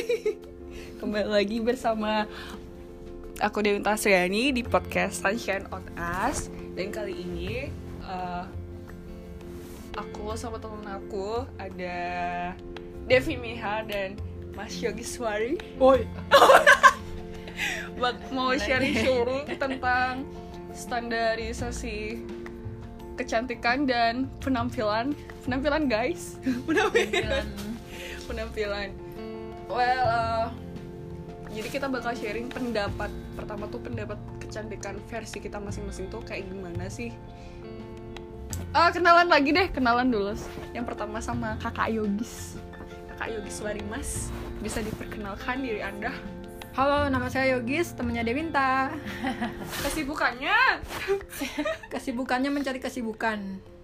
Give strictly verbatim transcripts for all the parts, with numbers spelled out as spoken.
Kembali lagi bersama aku Dewinta Sriani di podcast Sunshine on Us. Dan kali ini uh, aku sama temen aku ada Devi Miha dan Mas Yogi Swari. Oi. Mau sharing-sharing tentang standarisasi kecantikan dan penampilan penampilan guys penampilan penampilan well uh, jadi kita bakal sharing pendapat pertama tuh pendapat kecantikan versi kita masing-masing tuh kayak gimana sih. Uh, kenalan lagi deh kenalan dulu yang pertama sama kakak Yogis kakak Yogis Warimas, bisa diperkenalkan diri anda. Halo, nama saya Yogis, temennya Dewinta. Kesibukannya? Kesibukannya mencari kesibukan.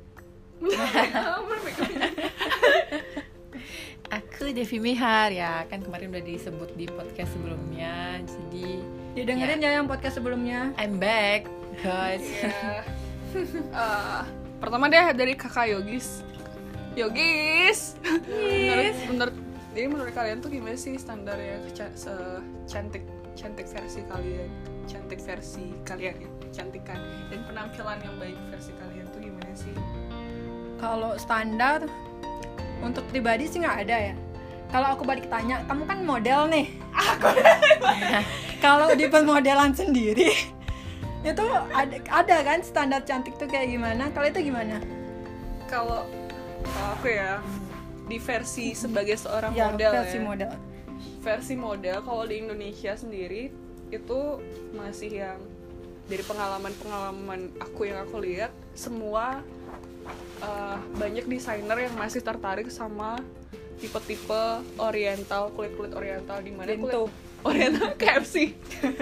Aku Devi Mihar ya, kan kemarin udah disebut di podcast sebelumnya. Jadi didengerin ya, ya yang podcast sebelumnya. I'm back, guys. Yeah. uh, Pertama deh dari kakak Yogis. Yogis. Menurut, menurut Jadi menurut kalian tuh gimana sih standar ya cantik cantik versi kalian, cantik versi kalian ya, kecantikan dan penampilan yang baik versi kalian tuh gimana sih? Kalau standar untuk pribadi sih nggak ada ya. Kalau aku balik tanya, kamu kan model nih. Aku. Kalau di permodelan sendiri itu ada ada kan standar cantik tuh kayak gimana? Kalau itu gimana? Kalau aku ya di versi sebagai seorang ya, model versi ya. model. Versi model kalau di Indonesia sendiri itu masih yang dari pengalaman-pengalaman aku yang aku lihat semua uh, banyak desainer yang masih tertarik sama tipe-tipe oriental, kulit-kulit oriental di mana kulit oriental K F C.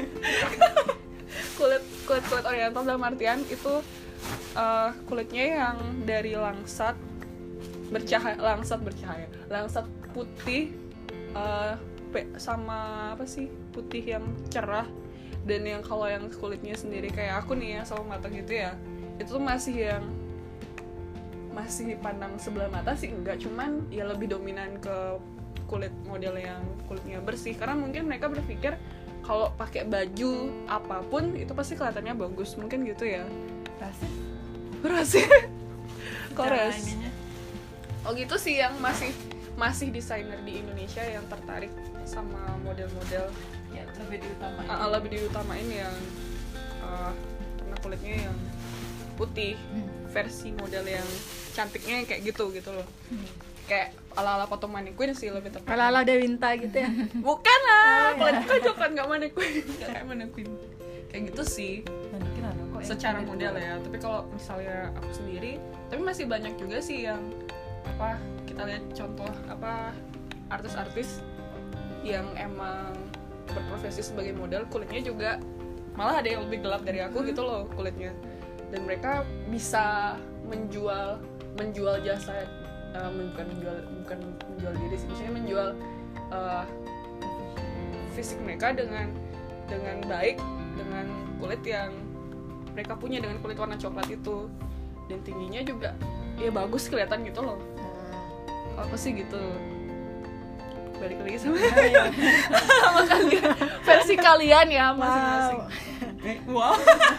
kulit kulit-kulit oriental dalam artian itu uh, kulitnya yang dari langsat bercahaya langsat bercahaya langsat putih uh, sama apa sih putih yang cerah, dan yang kalau yang kulitnya sendiri kayak aku nih ya sawo matang gitu ya, itu tuh masih yang masih pandang sebelah mata sih enggak, cuman ya lebih dominan ke kulit model yang kulitnya bersih karena mungkin mereka berpikir kalau pakai baju apapun itu pasti kelihatannya bagus, mungkin gitu ya. Rasis rasis kores. Oh gitu sih yang masih masih desainer di Indonesia yang tertarik sama model-model ya lebih diutamain. Uh, lebih diutamain yang uh, karena kulitnya yang putih, hmm. versi model yang cantiknya kayak gitu gitu loh. Hmm. Kayak ala-ala foto mannequin sih lebih tepat. Ala-ala Dewinta gitu ya. Bukan lah, kulitnya kan coklat enggak mannequin, kayak mannequin. Kayak gitu sih. Mannequin ada kok secara model ya. Tapi kalau misalnya aku sendiri, tapi masih banyak juga sih yang apa kita lihat contoh apa artis-artis yang emang berprofesi sebagai model kulitnya juga malah ada yang lebih gelap dari aku gitu loh kulitnya, dan mereka bisa menjual menjual jasa uh, bukan menjual bukan menjual diri sih, maksudnya menjual uh, fisik mereka dengan dengan baik dengan kulit yang mereka punya, dengan kulit warna coklat itu, dan tingginya juga ya bagus kelihatan gitu loh. Apa sih gitu. Balik lagi sama ya. sama kalian versi kalian ya masing-masing. Wow.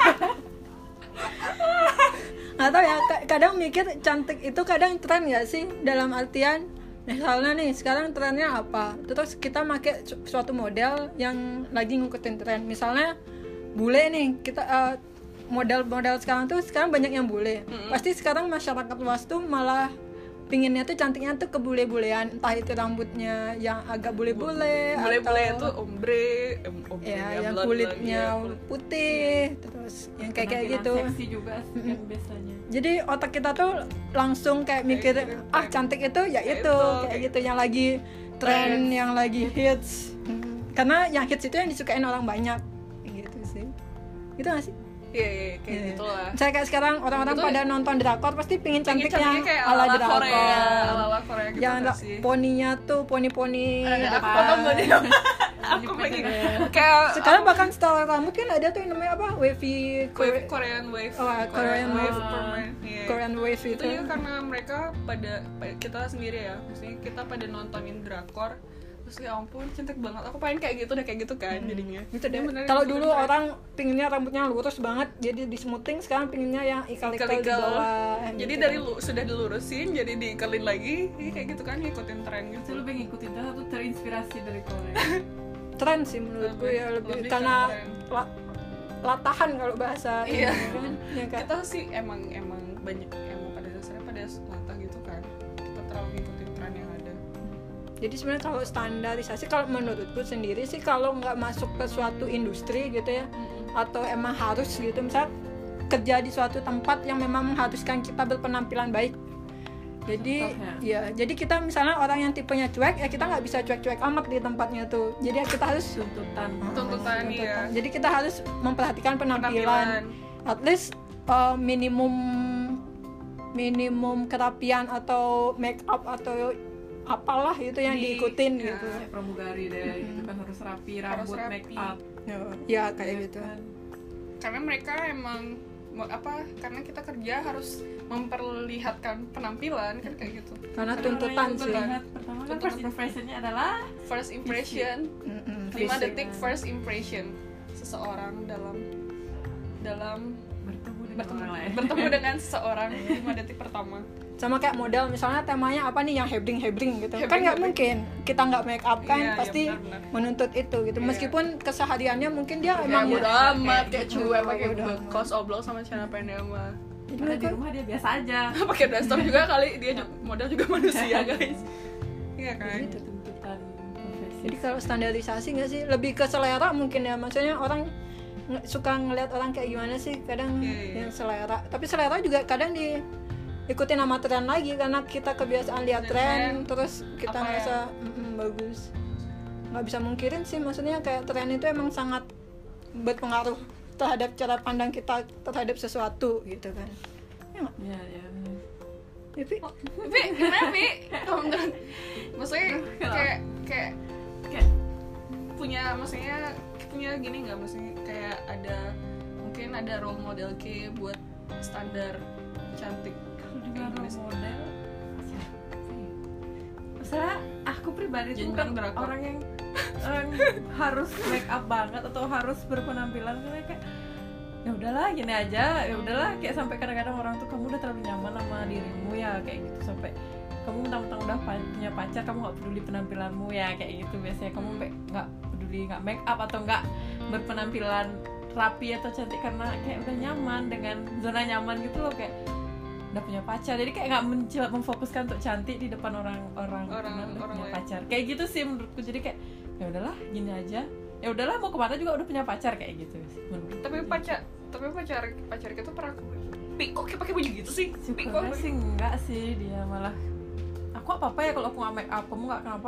Nggak tahu ya, kadang mikir cantik itu kadang tren nggak sih, dalam artian misalnya nih sekarang trennya apa, terus kita pakai suatu model yang lagi ngikutin tren. Misalnya bule nih, kita uh, model-model sekarang tuh sekarang banyak yang bule. Mm-hmm. Pasti sekarang masyarakat luas tuh malah pinginnya tuh cantiknya tuh kebule-bulean, entah itu rambutnya yang agak bule-bule, bule-bule atau itu ombre, ombre ya, ya, yang kulitnya kulit putih, terus yang kayak kayak gitu. Seksi juga mm-hmm. kan biasanya. Jadi otak kita tuh langsung kayak mikir kayak ah cantik itu ya itu, itu kayak, kayak gitu yang lagi tren, yang lagi hits. Karena yang hits itu yang disukain orang banyak, gitu sih. Gitu nggak sih? Iya, yeah, kayak yeah. gitu lah. Saya kayak sekarang orang-orang gitu, pada nonton drakor pasti pingin cantik yang ala drakor, ala Korea gitu, yang poninya tuh poni-poni. Aku potong poni. Aku pengen. Kayak sekarang bahkan style rambut kan ada tuh yang namanya apa? Wavy Kore- Korean wave. Oh, Korean, Korean wave. wave. Yeah. Korean wave itu. Itu ya karena mereka pada kita sendiri ya, maksudnya kita pada nontonin drakor. terus ya ampun cantik banget, aku pengen kayak gitu deh, kayak gitu kan jadinya gitu deh. Bener, Kalau bener, dulu bener. orang pinginnya rambutnya lurus banget jadi di smoothing, sekarang pinginnya yang ikal-ikal di Ikal-ikal. bawah. Jadi gitu dari kan. lu sudah dilurusin jadi diikalin lagi, jadi kayak gitu kan, ngikutin tren Saya gitu. lebih ngikutin tren atau terinspirasi dari Korea. tren sih menurutku Lebih- ya lebih, lebih ke karena tren. la- latahan kalau bahasa Iya. ini kan. Ya, Kak. Kita sih emang emang banyak emang pada dasarnya pada latah gitu kan, kita terlalu ngikutin tren yang ada. Jadi sebenarnya kalau standarisasi, kalau menurutku sendiri sih kalau nggak masuk ke suatu industri gitu ya, atau emang harus gitu, misal kerja di suatu tempat yang memang mengharuskan kita berpenampilan baik. Jadi Contohnya? ya, jadi kita misalnya orang yang tipenya cuek, ya kita nggak bisa cuek-cuek amat di tempatnya tuh. Jadi ya kita harus Tuntutan. Tuntutan, iya. Jadi kita harus memperhatikan penampilan. Penampilan. At least uh, minimum minimum kerapian atau make up atau apalah itu yang Di- diikutin ya. gitu. Kayak pramugari deh, gitu kan harus rapi, rambut, rapi. make up. Ya kayak ya gitu. kan. Karena mereka emang mau apa? Karena kita kerja harus memperlihatkan penampilan kan kayak gitu. Karena Karena tuntutan orang yang sih. terlihat pertama kan Tuntutan. first impressionnya adalah First impression, Mm-mm, lima fisik. detik first impression seseorang dalam dalam bertemu dengan bertemu, orang lain. bertemu dengan seseorang lima detik pertama. Sama kayak model misalnya temanya apa nih yang hebring-hebring gitu. kan Hebring, nggak hebring. mungkin kita nggak make up kan, Iya, iya, pasti benar-benar. menuntut itu gitu. Iya. Meskipun kesehariannya mungkin dia Kayak emang bodo ya, amat, kayak kayak gitu. cuek pakai Bodo amat. kaos oblong sama celana pendek mah. Jadi Karena di mereka- rumah dia biasa aja. Pakai daster juga kali, dia ju- model juga manusia guys. Iya kan? Itu tuntutan profesi. Jadi kalau standarisasi nggak sih, lebih ke selera mungkin ya. Maksudnya orang nge- suka ngeliat orang kayak gimana sih, kadang Iya, iya. yang selera. Tapi selera juga kadang di ikutin sama tren lagi karena kita kebiasaan lihat Tren, tren, terus kita apa ngerasa "Mm-mm, bagus." Nggak bisa mungkirin sih, maksudnya kayak tren itu emang sangat berpengaruh terhadap cara pandang kita terhadap sesuatu gitu kan. Ya nggak? Ya, ya. bener. Tapi Tapi gimana Pi? Kalau menurut maksudnya kayak kayak Kayak punya maksudnya punya gini nggak, maksudnya kayak ada mungkin ada role model K buat standar cantik kalau di kayak role gimana sih? model siapa sih? Masalah aku pribadi tuh Jenjang kan drakor. orang yang orang harus make up banget atau harus berpenampilan karena kayak ya udahlah gini aja, ya udahlah kayak sampai kadang-kadang orang tuh kamu udah terlalu nyaman sama dirimu ya kayak gitu, sampai kamu mentang-mentang udah pa- punya pacar kamu nggak peduli penampilanmu ya kayak gitu biasanya, kamu sampai nggak peduli nggak make up atau nggak berpenampilan rapi atau cantik karena kayak udah nyaman dengan zona nyaman gitu loh, kayak udah punya pacar jadi kayak nggak mencoba memfokuskan untuk cantik di depan orang-orang Orang- karena udah orang punya lain. pacar kayak gitu sih menurutku. Jadi kayak ya udahlah gini aja, ya udahlah mau kemana juga udah punya pacar kayak gitu menurutku. Tapi pacar tapi pacar pacar kita pernah Pi kok kayak pakai baju gitu sih? Pi kok Syukurnya sih enggak sih, dia malah aku apa apa ya kalau aku nggak make up, kamu nggak kenapa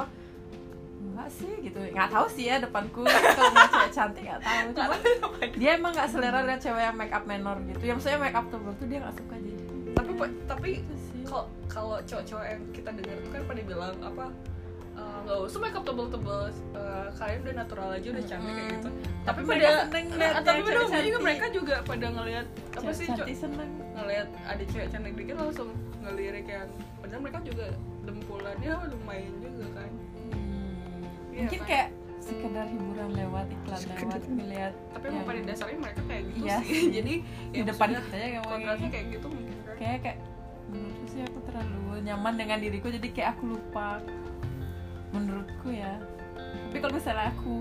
enggak sih gitu, nggak tahu sih ya depanku kalau mau cewek cantik nggak tahu, cuma dia emang nggak selera lihat cewek yang make up menor gitu, yang maksudnya make up tebal tuh dia nggak suka jadi tapi pa- tapi gitu sih. kalau kalau cowok-cowok yang kita dengar tuh kan pada bilang apa eh, nggak usah make up tebel-tebel, eh, kalian udah natural aja udah cantik kayak gitu. Tapi Tapi pada mereka seneng lihat eh, tapi yang pada cewek umumnya juga cantik. mereka juga pada ngelihat apa Cewek sih cantik seneng. ngelihat ada cewek cantik dikit langsung ngelirik yang padahal mereka juga dempulannya lumayan juga kan. Iya Mungkin kan? kayak sekedar hiburan lewat iklan Sekedar. lewat ngeliat Tapi emang yang pada dasarnya mereka kayak gitu Iya sih. sih. Jadi di ya depan maksudnya kita ya kayak kontraknya kayak gitu mungkin kan. kayak kayak menurutku sih aku terlalu nyaman dengan diriku jadi kayak aku lupa menurutku ya. Tapi kalau misalnya aku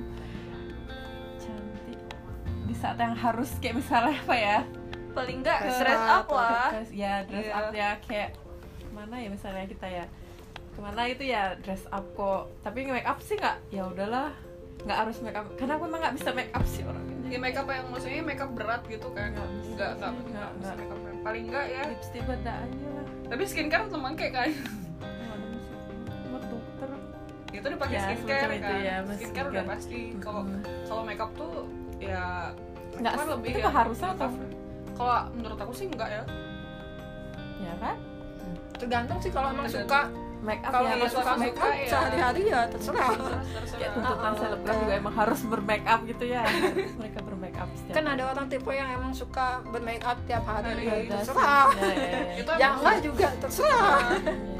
cantik di saat yang harus kayak misalnya apa ya, Paling enggak Dress dress up up lah. Dress- ya dress Iya. up ya kayak kemana ya misalnya kita ya kemana itu ya dress up kok, tapi make up sih nggak, ya udahlah nggak harus make up karena aku emang nggak bisa make up sih orangnya. Ya make up yang maksudnya make up berat gitu kan. Nggak bisa Enggak enggak sih, enggak nggak, bisa nggak. make up berat. Paling enggak ya. Lipstick beda aja lah. Tapi skincare teman kayak kan. Oh, ada musik. Buat dokter. Itu udah pakai Ya, skincare semacam kan. itu ya, mas skincare udah skincare. pasti. Kalau Mm-mm. kalau make up tuh ya Nggak, makeup kan lebih itu ya keharusan atau? cover. Kalau menurut aku sih enggak ya. Ya kan? tergantung sih, kalau emang Tergantung. suka, Make up kalau ya nggak harus suka suka make up ya. sehari-hari ya terserah. Terus terus kayak terus. tuntutan Ah, selebgram ah. juga emang harus bermake up gitu ya. Harus mereka bermake up setiap Kan ada orang tipe yang emang suka bermake up tiap hari, Hari, ya iya. terserah. Ya, ya, ya. Itu Yang enggak juga terserah. Ya, ya, ya.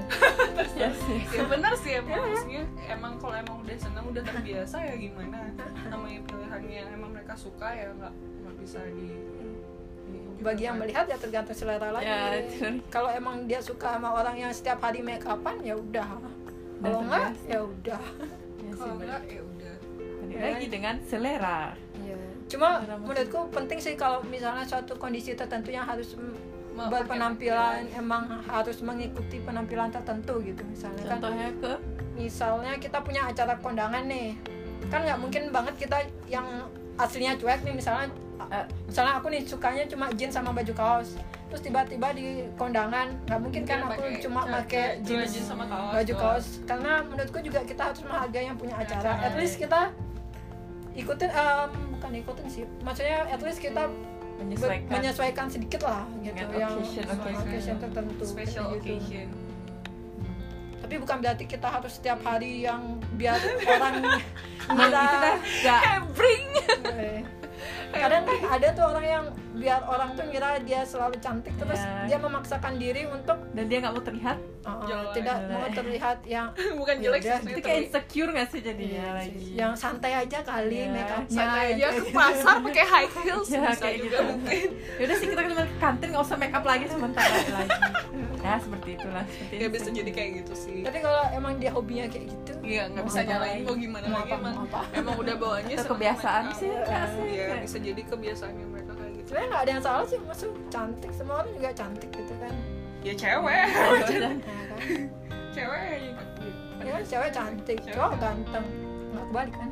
Yes, yes. Ya benar sih emang, maksudnya emang kalau emang udah senang udah terbiasa ya gimana, namanya pilihannya emang mereka suka ya nggak nggak bisa di, di Bagi yang melihat ya tergantung selera lagi. Ya, itu. Kalau emang dia suka sama orang yang setiap hari make upan ya udah. Kalau enggak terbiasa. ya udah. Ya sih, kalau bener. enggak ya udah. Balik lagi dengan selera. Iya. Cuma Selera masing- menurutku penting sih kalau misalnya suatu kondisi tertentu yang harus m- Mau berpenampilan emang harus mengikuti penampilan tertentu gitu misalnya kan. Contohnya ke Misalnya kita punya acara kondangan nih, kan nggak mungkin banget kita yang aslinya cuek nih misalnya. eh, Misalnya aku nih sukanya cuma jeans sama baju kaos, terus tiba-tiba di kondangan nggak mungkin kan Mungkin aku pakai- cuma cuma pakai jeans, jeans sama kaos baju doang. kaos. Karena menurutku juga kita harus menghargai yang punya acara. Acara. At least kita ikutin, em, bukan ikutin sih, maksudnya at least kita ber- menyesuaikan. menyesuaikan sedikit lah gitu Dengan yang occasion, occasion. occasion tertentu Special kayak gitu. occasion. Tapi bukan berarti kita harus setiap hari yang biar orang Nah, ngira. itu dah nggak Bring. Eh, kadang kan ada tuh orang yang biar orang tuh ngira dia selalu cantik terus Ya. dia memaksakan diri untuk dan dia nggak mau terlihat. uh, Jelek. tidak Jelek. mau terlihat yang Bukan jelek Yaudah, sih, Itu tapi kayak insecure nggak sih jadinya Iya lagi? sih, yang santai aja kali Ya, make upnya santai aja ke pasar pakai high heels Ya, bisa kayak juga gitu. mungkin. Yaudah sih kita cuma ke kantin nggak usah make up lagi sementara lagi. Ya seperti itulah. Seperti Ya bisa insecure. jadi kayak gitu sih. tapi kalau emang dia hobinya kayak gitu Iya nggak Mau bisa apa nyalain lagi? mau gimana Mau lagi apa, emang mau apa. emang udah bawaannya Atau senang kebiasaan make up. sih, nggak sih? Iya Kayak- bisa jadi kebiasaannya mereka kayak gitu. sebenarnya nggak ada yang salah sih, maksud cantik semua orang juga cantik gitu kan. Ya cewek, Nah, kan? cewek juga. Ya kan cewek cantik, Cewek cowok cantik. ganteng, nggak kebalik kan.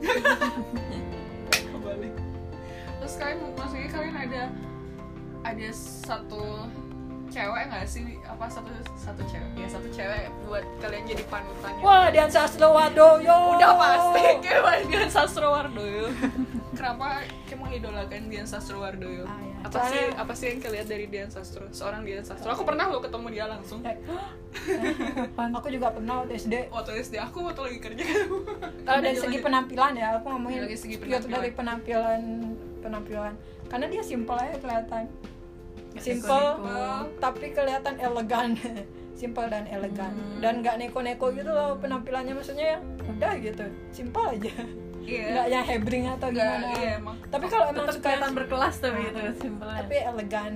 Kebalik. Terus kalian maksudnya kalian ada ada satu cewek nggak sih apa satu satu cewek ya satu cewek buat kalian jadi panutannya? Wah, Dian Sastrowardoyo Udah pasti kayak Dian Sastrowardoyo. Kenapa kamu mengidolakan Dian Sastrowardoyo? Ah, ya. Apa sih Soalnya- apa sih yang kalian lihat dari Dian Sastro? Seorang Dian Sastro. Aku pernah lo ketemu dia langsung. Eh, Kapan? aku juga pernah waktu S D. Waktu S D aku waktu lagi kerja. Kalau dari segi penampilan ya, aku ngomongin Dari segi pure penampilan. dari penampilan penampilan. Karena dia simple aja kelihatan. Simple, Simple. tapi kelihatan elegan. Simple dan elegan. Hmm. Dan nggak neko-neko gitu loh penampilannya, maksudnya ya udah gitu. Simple aja. Iya. Nggak yang hebring atau Nggak, gimana. iya emang. Tapi kalau emang Tetap suka kelihatan berkelas tapi gitu simpelnya. tapi elegan.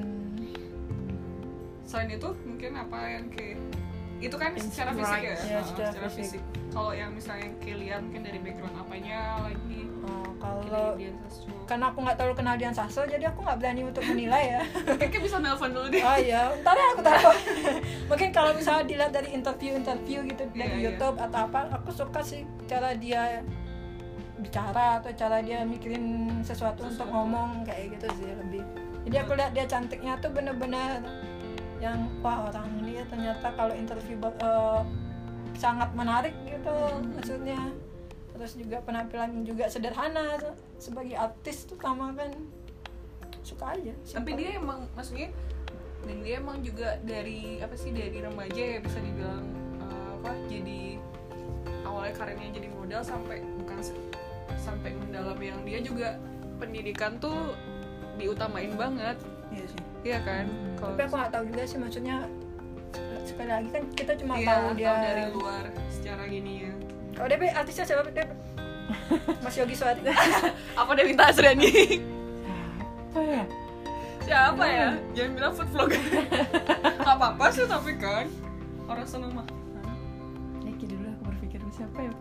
Selain itu mungkin apa yang kayak itu kan secara Right. fisik ya, Ya, Nah, secara secara fisik. fisik. Kalau yang misalnya yang kalian mungkin dari background apanya lagi Oh, kalau kalau Dian Sastro. karena aku nggak terlalu kenal Dian Sastro, jadi aku nggak berani untuk menilai ya. Kayaknya bisa nelpon dulu deh. Oh iya, ntar ya aku tahu. Mungkin kalau misalnya dilihat dari interview-interview gitu dari Iya, iya. YouTube atau apa, aku suka sih cara dia bicara atau cara dia mikirin sesuatu, untuk Sesuatu. ngomong kayak gitu sih lebih. Jadi aku lihat dia cantiknya tuh bener-bener yang wah orang ini ya ternyata kalau interview eh, sangat menarik gitu maksudnya. Terus juga penampilan juga sederhana sebagai artis tuh sama kan suka aja. Tapi simple. dia emang maksudnya dan dia emang juga dari apa sih dari remaja ya bisa dibilang eh, apa jadi awalnya karirnya jadi model sampai bukan se- sampai mendalam yang dia juga pendidikan tuh diutamain banget. Iya sih. Iya kan? Kalau Tapi aku nggak tahu juga sih, maksudnya sekali lagi kan kita cuma iya, tahu dia tahu dari luar secara gini ya. Kalau D B artisnya siapa D B? Mas Yogi Suwati. Apa dia minta Asrani? Apa ya? Siapa ya? Jangan bilang food vlogger. Gak apa-apa sih tapi kan orang seneng mah. Neki dulu aku berpikir siapa ya?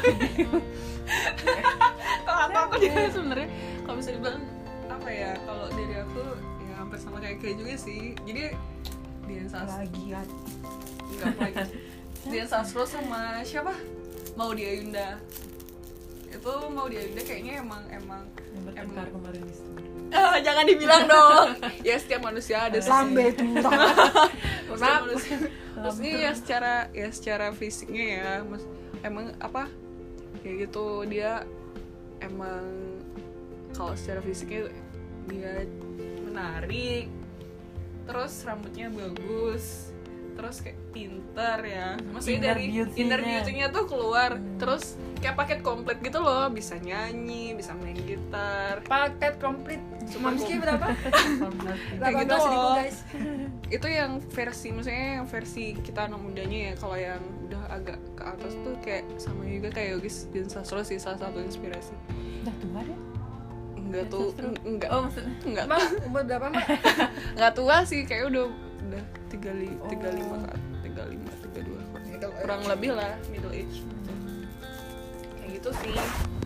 Kalau apa aku juga sebenarnya kalau bisa dibilang apa ya kalau dari aku ya hampir sama kayak kayak juga sih. Jadi Dian Sastro Lagi kan. enggak lagi. Dian Sastro sama siapa? Maudy Ayunda. Itu Maudy Ayunda kayaknya emang emang Yang bertengkar kemarin di situ. Ah, jangan dibilang dong. Ya setiap manusia ada sih. Lambe tuh. Setiap Maaf. manusia. Maksudnya ya secara ya secara fisiknya ya, mas, emang apa? Kayak gitu dia emang kalau secara fisiknya dia menarik. Terus rambutnya bagus. terus kayak pinter ya, maksudnya Inner dari beauty-nya. inner beauty-nya tuh keluar, Hmm. terus kayak paket komplit gitu loh, bisa nyanyi, bisa main gitar. Paket komplit. Super Momski komplit. berapa? Kayak delapan gitu belas ribu loh. guys. Itu yang versi, maksudnya yang versi kita anak mudanya ya. Kalau yang udah agak ke atas tuh kayak sama juga kayak Yogis Dian Sastro sih, salah satu inspirasi. Udah tua deh. Enggak Dian tuh, Sastro? en- enggak, Oh maksudnya enggak, Mak, umur berapa mak? enggak tua sih, kayak udah udah tiga li, Oh. tiga lima ke atas, tiga lima, tiga dua, kurang lebih lah middle age. Kayak gitu sih.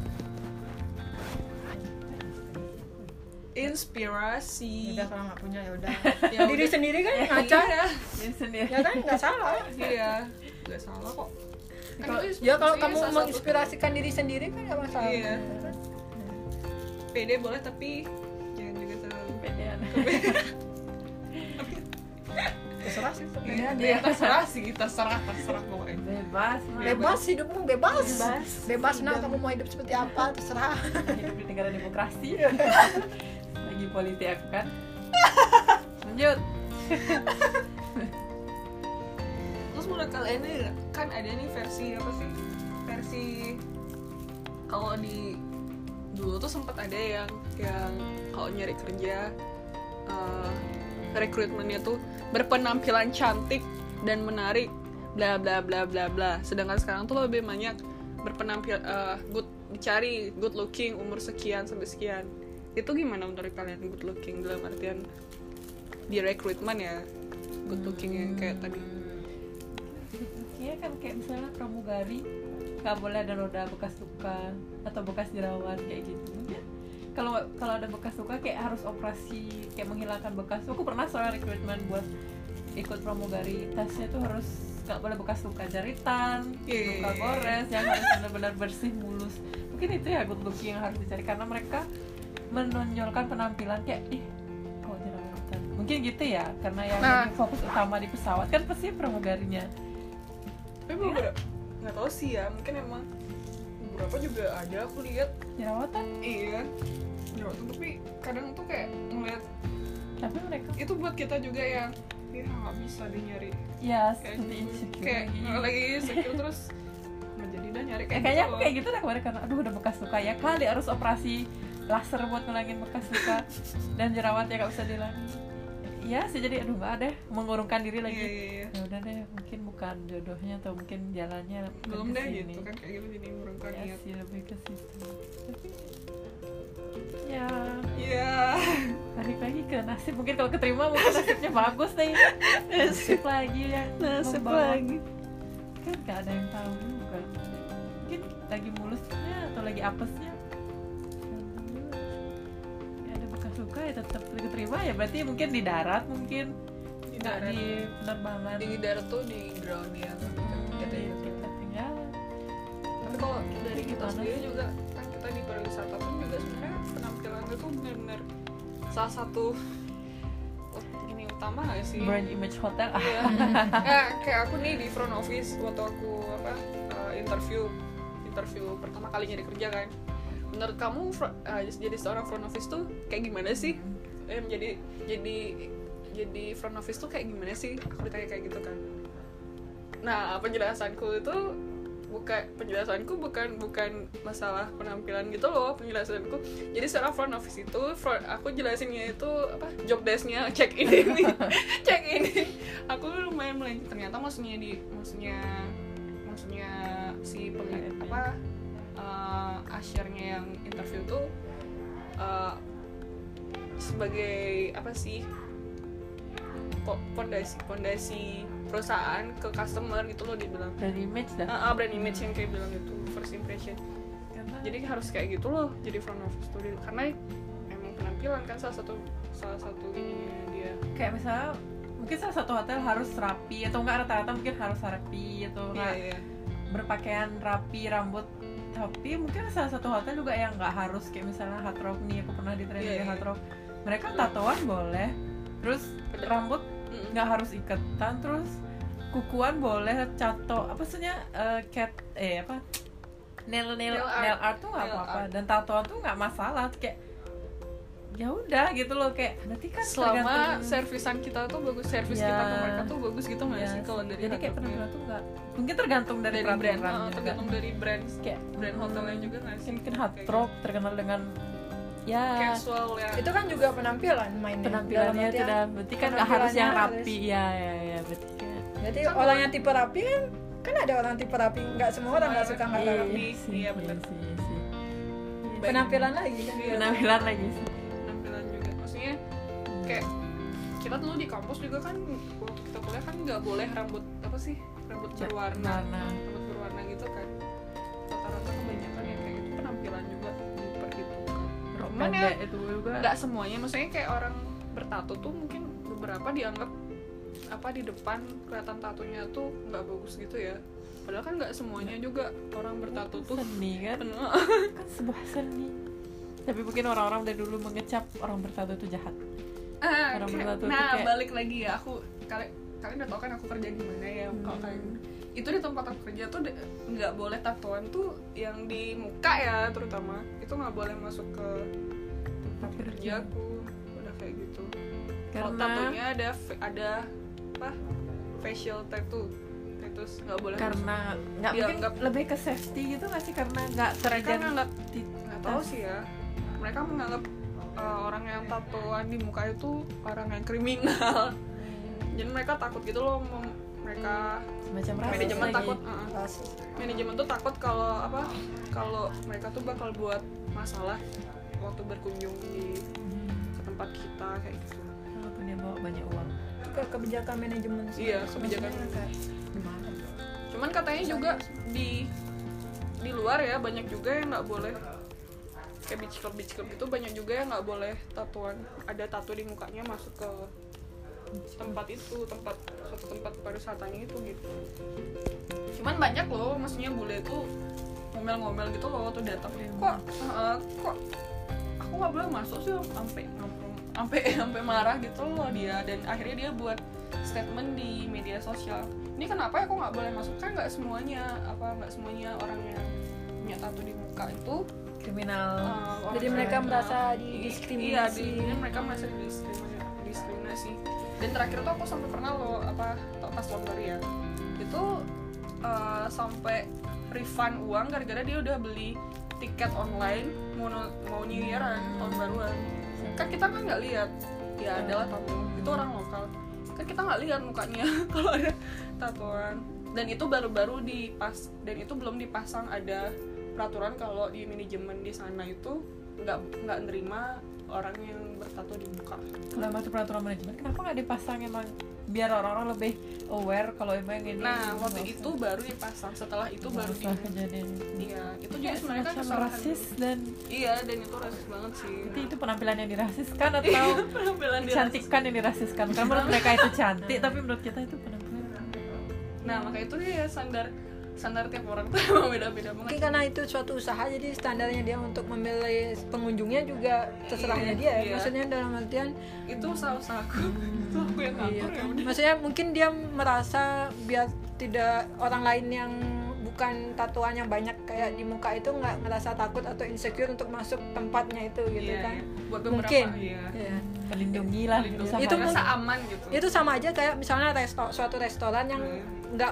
Inspirasi. Udah kalau nggak punya ya udah. Ya Diri udah. sendiri kan ngaca Iya, ya sendiri. ya kan nggak salah. iya, nggak salah kok. Kan itu Ya kalau maksudnya kamu salah satu- menginspirasikan diri sendiri kan nggak masalah. Iya. pede boleh tapi jangan juga terlalu Pedean. Terserah sih. Iya, sebenarnya. ya, terserah sih, terserah, terserah pokoknya. Bebas, Mak. Bebas hidupmu bebas. Bebas. Bebas nah kamu mau hidup seperti apa terserah. Hidup di negara demokrasi. Lagi politik aku kan. Lanjut. Terus menurut kalian ini kan ada nih versi apa sih? Versi kalau di dulu tuh sempat ada yang yang kalau nyari kerja uh, rekrutmennya tuh berpenampilan cantik dan menarik bla bla bla bla bla. Sedangkan sekarang tuh lebih banyak berpenampil uh, good dicari good looking umur sekian sampai sekian. Itu gimana menurut kalian good looking dalam artian di rekrutmen ya? Good looking yang kayak tadi. Iya kan kayak misalnya pramugari nggak boleh ada noda bekas luka atau bekas jerawat kayak gitu. Mungkin kalau kalau ada bekas luka kayak harus operasi kayak menghilangkan bekas. Aku pernah soal rekrutmen buat ikut pramugari, tasnya tuh harus nggak boleh bekas luka jaritan, Yeah. luka gores, yang harus benar-benar bersih mulus. Mungkin itu ya good looking yang harus dicari karena mereka menonjolkan penampilan kayak ih kok jerawatan. Mungkin gitu ya karena yang Nah. jadi fokus utama di pesawat kan pasti pramugarinya. Tapi beberapa nggak tahu sih ya, mungkin emang beberapa juga ada aku lihat. Jerawatan, Iya, jerawatan, tapi kadang tuh kayak ngeliat tapi mereka itu buat kita juga yang ya nggak bisa deh nyari ya kayak seperti insecure kayak lagi. lagi insecure terus nggak jadi dah nyari Eh, kayak kayaknya gitu aku loh. kayak gitu dah kemarin karena aduh udah bekas luka ya kali harus operasi laser buat ngilangin bekas luka dan jerawat ya gak bisa dihilangin. Iya sih jadi aduh nggak deh mengurungkan diri lagi. Iya, iya, iya. Ya udah deh mungkin bukan jodohnya atau mungkin jalannya bukan Belum ke deh sini. gitu kan kayak gitu jadi mengurungkan Ya niat. sih lebih ke situ. Tapi ya Iya. balik lagi ke nasib mungkin kalau keterima mungkin nasibnya bagus nih. Nasib lagi yang Nasib membawa- lagi. kan gak ada yang tahu juga mungkin lagi mulusnya atau lagi apesnya ya ada bekas luka ya tetap diterima ya berarti mungkin di darat mungkin Di nggak darat. di penerbangan Di darat tuh di ground ya. jadi kita tinggal Tapi kalau dari kita Gimana sendiri sih? juga kan kita di pariwisata pun juga sebenarnya penampilan itu benar-benar salah satu ini utama nggak sih? brand image hotel ah Iya. Ya, kayak aku nih di front office waktu aku apa uh, interview interview pertama kali nyari kerja kan. Menurut kamu fr- uh, jadi seorang front office tuh kayak gimana sih? Eh, jadi jadi jadi front office tuh kayak gimana sih? Aku ditanya kayak gitu kan. Nah, penjelasanku itu bukan penjelasanku bukan bukan masalah penampilan gitu loh, penjelasanku. Jadi seorang front office itu front, aku jelasinnya itu apa job desk-nya check in ini check in aku lumayan melenceng ternyata maksudnya di maksudnya maksudnya si pemilik apa uh, asyarnya yang interview tuh uh, sebagai apa sih po- pondasi pondasi perusahaan ke customer gitu loh dibilang. brand image dah Ah, ah, brand image yang kayak bilang itu first impression. karena Jadi harus kayak gitu loh jadi front office tuh karena emang penampilan kan salah satu salah satu ininya dia. kayak misalnya mungkin salah satu hotel harus rapi atau enggak rata-rata mungkin harus rapi atau Iya enggak iya. berpakaian rapi rambut tapi mungkin salah satu hotel juga yang nggak harus kayak misalnya Hard Rock nih aku pernah di training Iya, di iya. Hard Rock mereka tatoan boleh terus Bener. rambut Mm-mm. nggak harus iketan terus kukuan boleh cato apa maksudnya eh, cat eh apa nail nail Nail art. nail art tuh nggak Nail apa-apa art. dan tatoan tuh nggak masalah kayak ya udah gitu loh, kayak berarti kan selama tergantung- servisan kita tuh bagus, servis Ya. kita ke mereka tuh bagus gitu nggak ya sih kalau dari jadi kayak harga penampilan tuh nggak mungkin tergantung dari, dari brand, peraturan uh, juga. tergantung dari brand Kayak brand hotelnya juga nggak sih? mungkin Hard Kayak Rock terkenal dengan ya casual ya. Itu kan juga penampilan mainnya. penampilannya Dalam itu artian, dah berarti kan nggak harus yang penampilannya rapi ya ya ya berarti kan Jadi Kan orang yang tipe rapi kan kan ada orang tipe rapi, nggak semua orang nggak suka nggak Iya. rapi. Iya sih, iya bener. sih, iya sih. Penampilan lagi kan. Iya. Penampilan lagi sih. Penampilan juga maksudnya kayak kita dulu di kampus juga kan waktu kita kuliah kan nggak boleh rambut apa sih rambut Cat berwarna warna. rambut berwarna gitu kan, rata-rata kebanyakan yang kayak gitu penampilan juga diperhitungkan. Rok Cuman ya pendek itu juga. nggak semuanya, maksudnya kayak orang bertato tuh mungkin beberapa dianggap apa di depan kelihatan tatonya tuh nggak bagus gitu ya, padahal kan nggak semuanya juga orang bertato tuh seni kan, penuh. kan sebuah seni. Tapi mungkin orang-orang dari dulu mengecap orang bertato itu jahat. Ah, Orang kayak- bertato tuh nah kayak- balik lagi ya, aku kalian kalian udah tau kan aku kerja di mana ya. Hmm. Kalau kalian itu di tempat aku kerja tuh de- nggak boleh tatoan tuh yang di muka ya, terutama itu nggak boleh masuk ke tempat Kerja. kerjaku, udah kayak gitu. Kalau Karena tatonya ada fa- ada apa facial tattoo terus nggak boleh masuk. karena nggak mungkin Dianggap- lebih ke safety gitu nggak sih, karena nggak mereka terjadi nggak nggak tahu sih ya, mereka menganggap uh, orang yang tatoan di muka itu orang yang kriminal. Jadi mereka takut gitu loh, mem- mereka semacam rasis manajemen lagi. takut uh, Rasis. manajemen tuh takut kalau apa kalau mereka tuh bakal buat masalah waktu berkunjung di Hmm. ke tempat kita kayak gitu. Walaupun dia bawa banyak uang. Itu ke kebijakan manajemen sih. Iya, kebijakan. Maksudnya kayak gimana? Cuman katanya juga di di luar ya banyak juga yang nggak boleh, kayak beach club beach club itu banyak juga yang nggak boleh tatoan, ada tato di mukanya masuk ke tempat itu, tempat suatu tempat pariwisatanya itu gitu. Cuman banyak loh, maksudnya bule itu ngomel-ngomel gitu loh tuh datang, kok uh, kok aku nggak boleh masuk sih, sampai sampai sampai marah gitu loh dia, dan akhirnya dia buat statement di media sosial, ini kenapa ya kok nggak boleh masuk, kan nggak semuanya apa nggak semuanya orang yang punya tato di muka itu Kriminal. uh, orang Jadi mereka kriminal. merasa Iya, didiskriminasi. di, jadi mereka merasa didiskriminasi, diskriminasi. Dan terakhir tuh aku sampai pernah loh apa pas lombar ya itu uh, sampai refund uang gara-gara dia udah beli tiket online mau mau New Year-an, tahun baruan. Kan kita kan nggak lihat ya adalah tamu itu orang lokal, kan kita nggak lihat mukanya kalau ada tatoan, dan itu baru-baru dipas dan itu belum dipasang ada peraturan kalau di manajemen di sana itu nggak nggak nerima orang yang bertato di muka. Kalau emang itu peraturan manajemen, kenapa nggak dipasang emang biar orang-orang lebih aware kalau emang ini. Nah waktu nggak itu usah- baru dipasang, setelah itu nggak baru usah di kejadian. iya itu juga sebenarnya kan Semacam kesalahan rasis dan iya, dan itu rasis banget sih. nanti itu penampilan yang dirasiskan atau Iya, penampilan dia rasis. kecantikan yang dirasiskan. Karena menurut mereka itu cantik, tapi menurut kita itu penampilan. Nah makanya itu dia standar standar tiap orang tuh emang beda-beda Mungkin banget. karena itu suatu usaha, jadi standarnya dia untuk memilih pengunjungnya juga terserahnya Iya, dia. iya. Maksudnya dalam artian, Itu usaha-usahaku, itu aku yang iya ngatur ya kan? udah. Maksudnya mungkin dia merasa biar tidak orang lain yang bukan tatuannya banyak kayak di muka itu nggak ngerasa takut atau insecure untuk masuk tempatnya itu gitu Iya, kan. iya. Buat beberapa, Mungkin. iya. Iya. Melindungi lah Itu usaha. Itu merasa aman gitu. Itu sama aja kayak misalnya resto, suatu restoran yang Hmm. nggak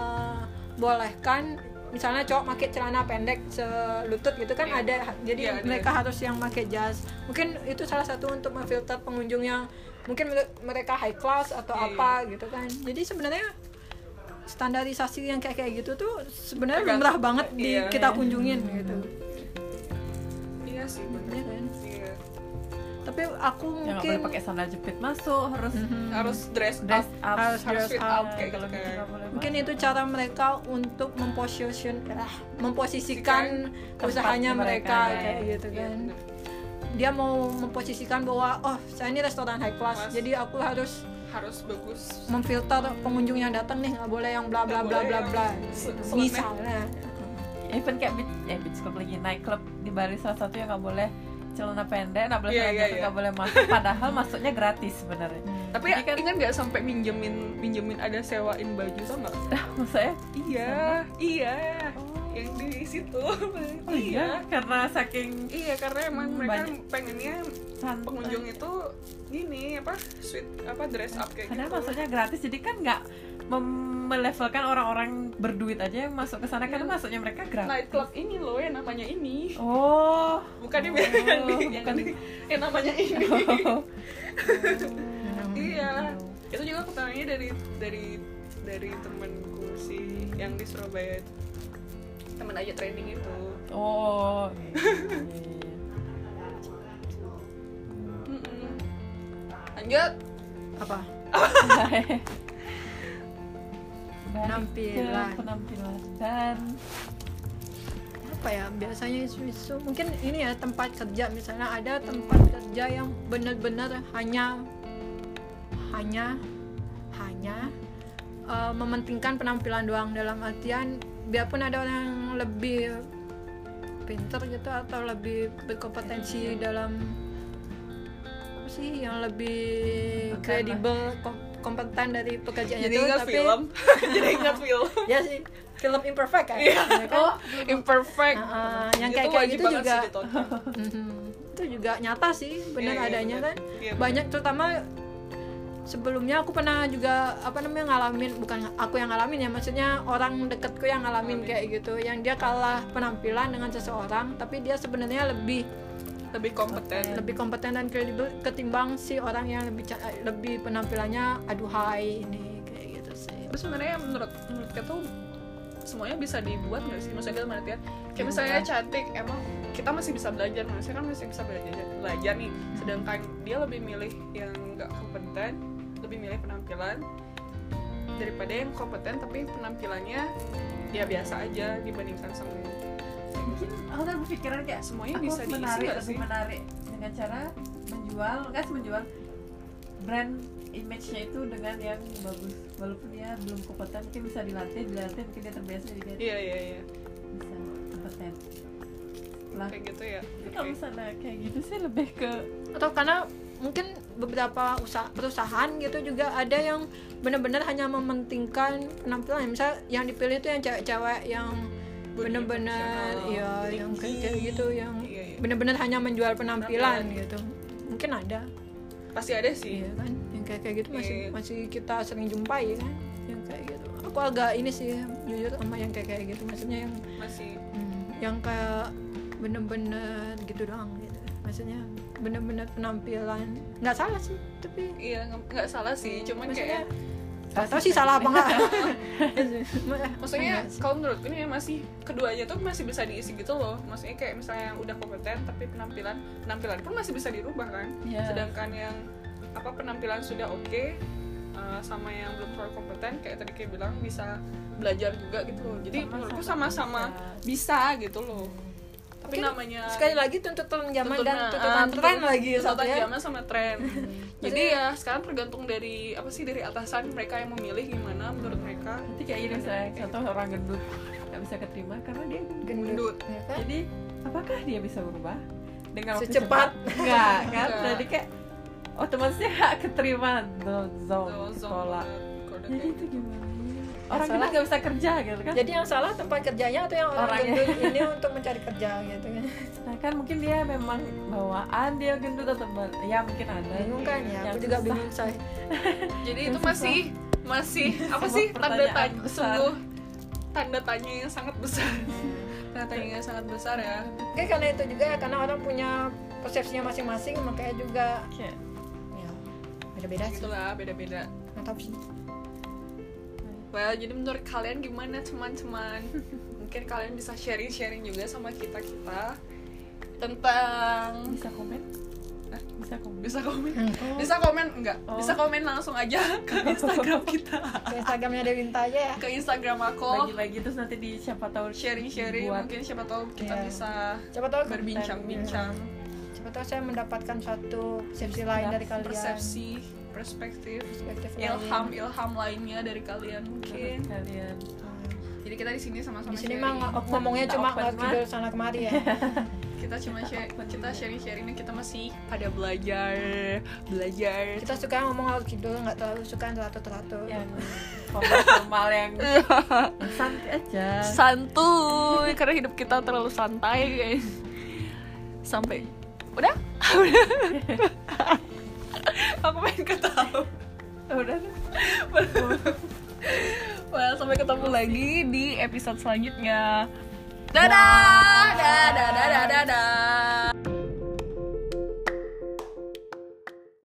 membolehkan misalnya cowok pakai celana pendek selutut gitu kan, Iya. ada jadi Iya, ada. mereka harus yang pakai jas. Mungkin itu salah satu untuk memfilter pengunjung yang mungkin mere- mereka high class atau Iya, apa gitu kan. Jadi sebenarnya standarisasi yang kayak kayak gitu tuh sebenarnya Tergantung. lumrah banget di Iya, kita iya. kunjungin gitu. Iya sih benar. Iya kan? Iya. Tapi aku yang nggak mungkin boleh pakai sandal jepit masuk, harus Mhm. Harus dress dress up. up, Harus harus dress fit up. up kayak kalau gitu gitu kan. nggak boleh mungkin banget. itu cara mereka untuk memposition ah, memposisikan Tempatnya usahanya mereka, mereka, kayak ya. gitu Iya, kan. benar. Dia mau memposisikan bahwa oh saya ini restoran high class, Class. jadi aku harus Harus bagus. memfilter pengunjung yang datang nih, nggak boleh yang bla bla Nggak bla boleh bla yang bla se- gitu. seleneh. Misalnya Even kayak beach, eh beach club lagi, night club di Bali salah satu yang nggak boleh celana pendek, nggak boleh Iya, celana iya, jepit, iya. nggak boleh masuk. Padahal masuknya gratis sebenarnya. Tapi Jadi kan- ingat nggak sampai minjemin minjemin ada sewain baju tuh nggak? Maksudnya? Iya, iya. Oh, yang di situ. Oh iya, karena saking Iya, karena emang mereka Banyak. pengennya santai. pengunjung itu gini apa sweet apa dress up kayak Karena gitu. maksudnya gratis, jadi kan nggak mem- melevelkan orang-orang berduit aja yang masuk ke sana, karena Iya. masuknya mereka gratis. Nightclub ini loh yang namanya ini. Oh, Bukan yang Oh, yang, di- yang, bukan. di- yang namanya ini. Oh. Iya. Itu juga keterangannya dari dari dari temenku sih yang di Surabaya, temen aja training itu. Oh. Iya, iya. Mm-mm. Lanjut. Apa? Balik ke Penampilan. penampilan dan Apa ya, biasanya isu-isu mungkin ini ya, tempat kerja misalnya, ada tempat kerja yang benar-benar hanya hanya hanya uh, mementingkan penampilan doang, dalam artian biarpun ada orang yang lebih pintar gitu atau lebih berkompetensi dalam apa sih, yang lebih Kompeten kredibel, kom- kompeten dari pekerjaannya Jadi itu, ingat tapi film. Jadi ingat film. ya sih, film imperfect kan, Iya. ya kan? Oh, imperfect. Ah, ah, yang Itu kayak kayak wajib gitu banget juga. sih ditonton. Mhm. Itu juga nyata sih, benar Iya, iya, adanya benar. kan. Iya, Banyak, terutama sebelumnya aku pernah juga apa namanya ngalamin, bukan aku yang ngalamin ya, maksudnya orang dekatku yang ngalamin Ngalamin. kayak gitu, yang dia kalah penampilan dengan seseorang, tapi dia sebenarnya lebih lebih kompeten. lebih kompeten dan kredibel ketimbang si orang yang lebih ca- lebih penampilannya aduhai ini kayak gitu sih. Terus sebenarnya menurut menurut kita tuh semuanya bisa dibuat nggak sih? Maksudnya dalam artian kayak misalnya cantik, emang kita masih bisa belajar, maksudnya kan masih bisa belajar belajar nih. Sedangkan dia lebih milih yang nggak kompeten, lebih milih penampilan daripada yang kompeten tapi penampilannya ya biasa aja dibandingkan sama yang mungkin aku tuh berpikiran kayak semuanya aku bisa diisi menarik, nggak lebih sih? menarik dengan cara menjual, nggak sih menjual brand image-nya itu dengan yang bagus, walaupun dia belum kompeten, mungkin bisa dilatih, dilatih mungkin dia terbiasa, jadi dia Iya iya iya. bisa kompeten. Lah, Kayak gitu ya. tapi kalau Oke. misalnya kayak gitu sih lebih ke Atau karena mungkin beberapa usaha perusahaan gitu juga ada yang benar-benar hanya mementingkan penampilan, misal yang dipilih itu yang cewek-cewek yang Body benar-benar profesional, ya yang kayak tinggi. kayak gitu, yang Iya, iya. benar-benar hanya menjual penampilan Penampilan. gitu, mungkin ada. Pasti ada sih. Iya kan, yang kayak kayak gitu masih Iya. masih kita sering jumpai kan, yang kayak gitu. Aku agak ini sih jujur sama yang kayak kayak gitu, maksudnya yang Masih hmm, yang kayak bener-bener gitu doang gitu, maksudnya bener-bener penampilan, nggak salah sih, tapi iya nggak nggak salah sih, cuman maksudnya kayak nggak tahu sih salah apa nggak. maksudnya Enggak sih. kalau menurutku ini masih keduanya tuh masih bisa diisi gitu loh. Maksudnya kayak misalnya yang udah kompeten tapi penampilan penampilan pun masih bisa dirubah kan. Iya. Sedangkan yang apa penampilan sudah oke uh, sama yang belum terlalu kompeten kayak tadi kayak bilang bisa belajar juga gitu loh. Jadi Sama-sama menurutku sama-sama bisa. gitu loh. Tapi Mungkin namanya sekali lagi tuntutan zaman dan tuntutan- tuntutan ah, tren tuntutan- lagi satu tuntutan ya. zaman sama tren. Jadi Maksudnya- ya sekarang tergantung dari apa sih dari atasan mereka yang memilih gimana menurut mereka. nanti kayak gini misalnya contoh orang gendut nggak bisa keterima karena dia gendut, Gendut. ya kan? jadi apakah dia bisa berubah dengan waktu Secepat. cepat? Enggak kan, Enggak. jadi kayak otomatisnya hak keterima zone Zone sekolah, kode jadi kayak itu gitu. gimana orang salah. gendut nggak bisa kerja gitu kan. Jadi yang salah tempat kerjanya atau yang orang Orangnya. gendut ini untuk mencari kerja gitu kan? Nah kan mungkin dia memang bawaan dia gendut atau ba- ya mungkin ada Bingung kan ya? yang Aku juga susah. bingung saya. Jadi Yang itu susah. masih masih apa Sebuah sih tanda pertanyaan tanya besar. sungguh tanda tanya yang sangat besar. Tanda tanya yang sangat besar ya. Oke, karena itu juga ya, karena orang punya persepsinya masing-masing, makanya juga Kayak, ya beda-beda sih. Gitulah beda-beda. Mantap sih. Well, jadi menurut kalian gimana teman-teman? Mungkin kalian bisa sharing-sharing juga sama kita-kita tentang bisa komen Hah? bisa komen bisa komen Oh. bisa komen enggak Oh. bisa komen langsung aja ke Instagram kita, Ke Instagramnya Dewinta aja ya. ke Instagram aku bagi-bagi terus nanti di siapa tahu sharing-sharing buat mungkin siapa tahu kita Iya. bisa Siapa tahu berbincang-bincang Siapa tahu saya mendapatkan satu persepsi lain dari kalian. persepsi perspektif Perspektif ilham lain. ilham lainnya dari kalian mungkin. menurut kalian. Jadi kita di sini sama-sama Di sini sharing. mah ng- ngomongnya Kita cuma open nggak mah. tidur sana kemari ya. kita cuma share, kita sharing-sharing dan kita masih pada belajar belajar Kita suka yang ngomong alur kidul, nggak terlalu suka yang teratur-teratur. yang formal yang santai aja. santuy karena hidup kita terlalu santai guys. Sampai udah udah aku pengen ketawa. Udah. Well, sampai ketemu lagi di episode selanjutnya. Dadah dadah dadah dadah dadah.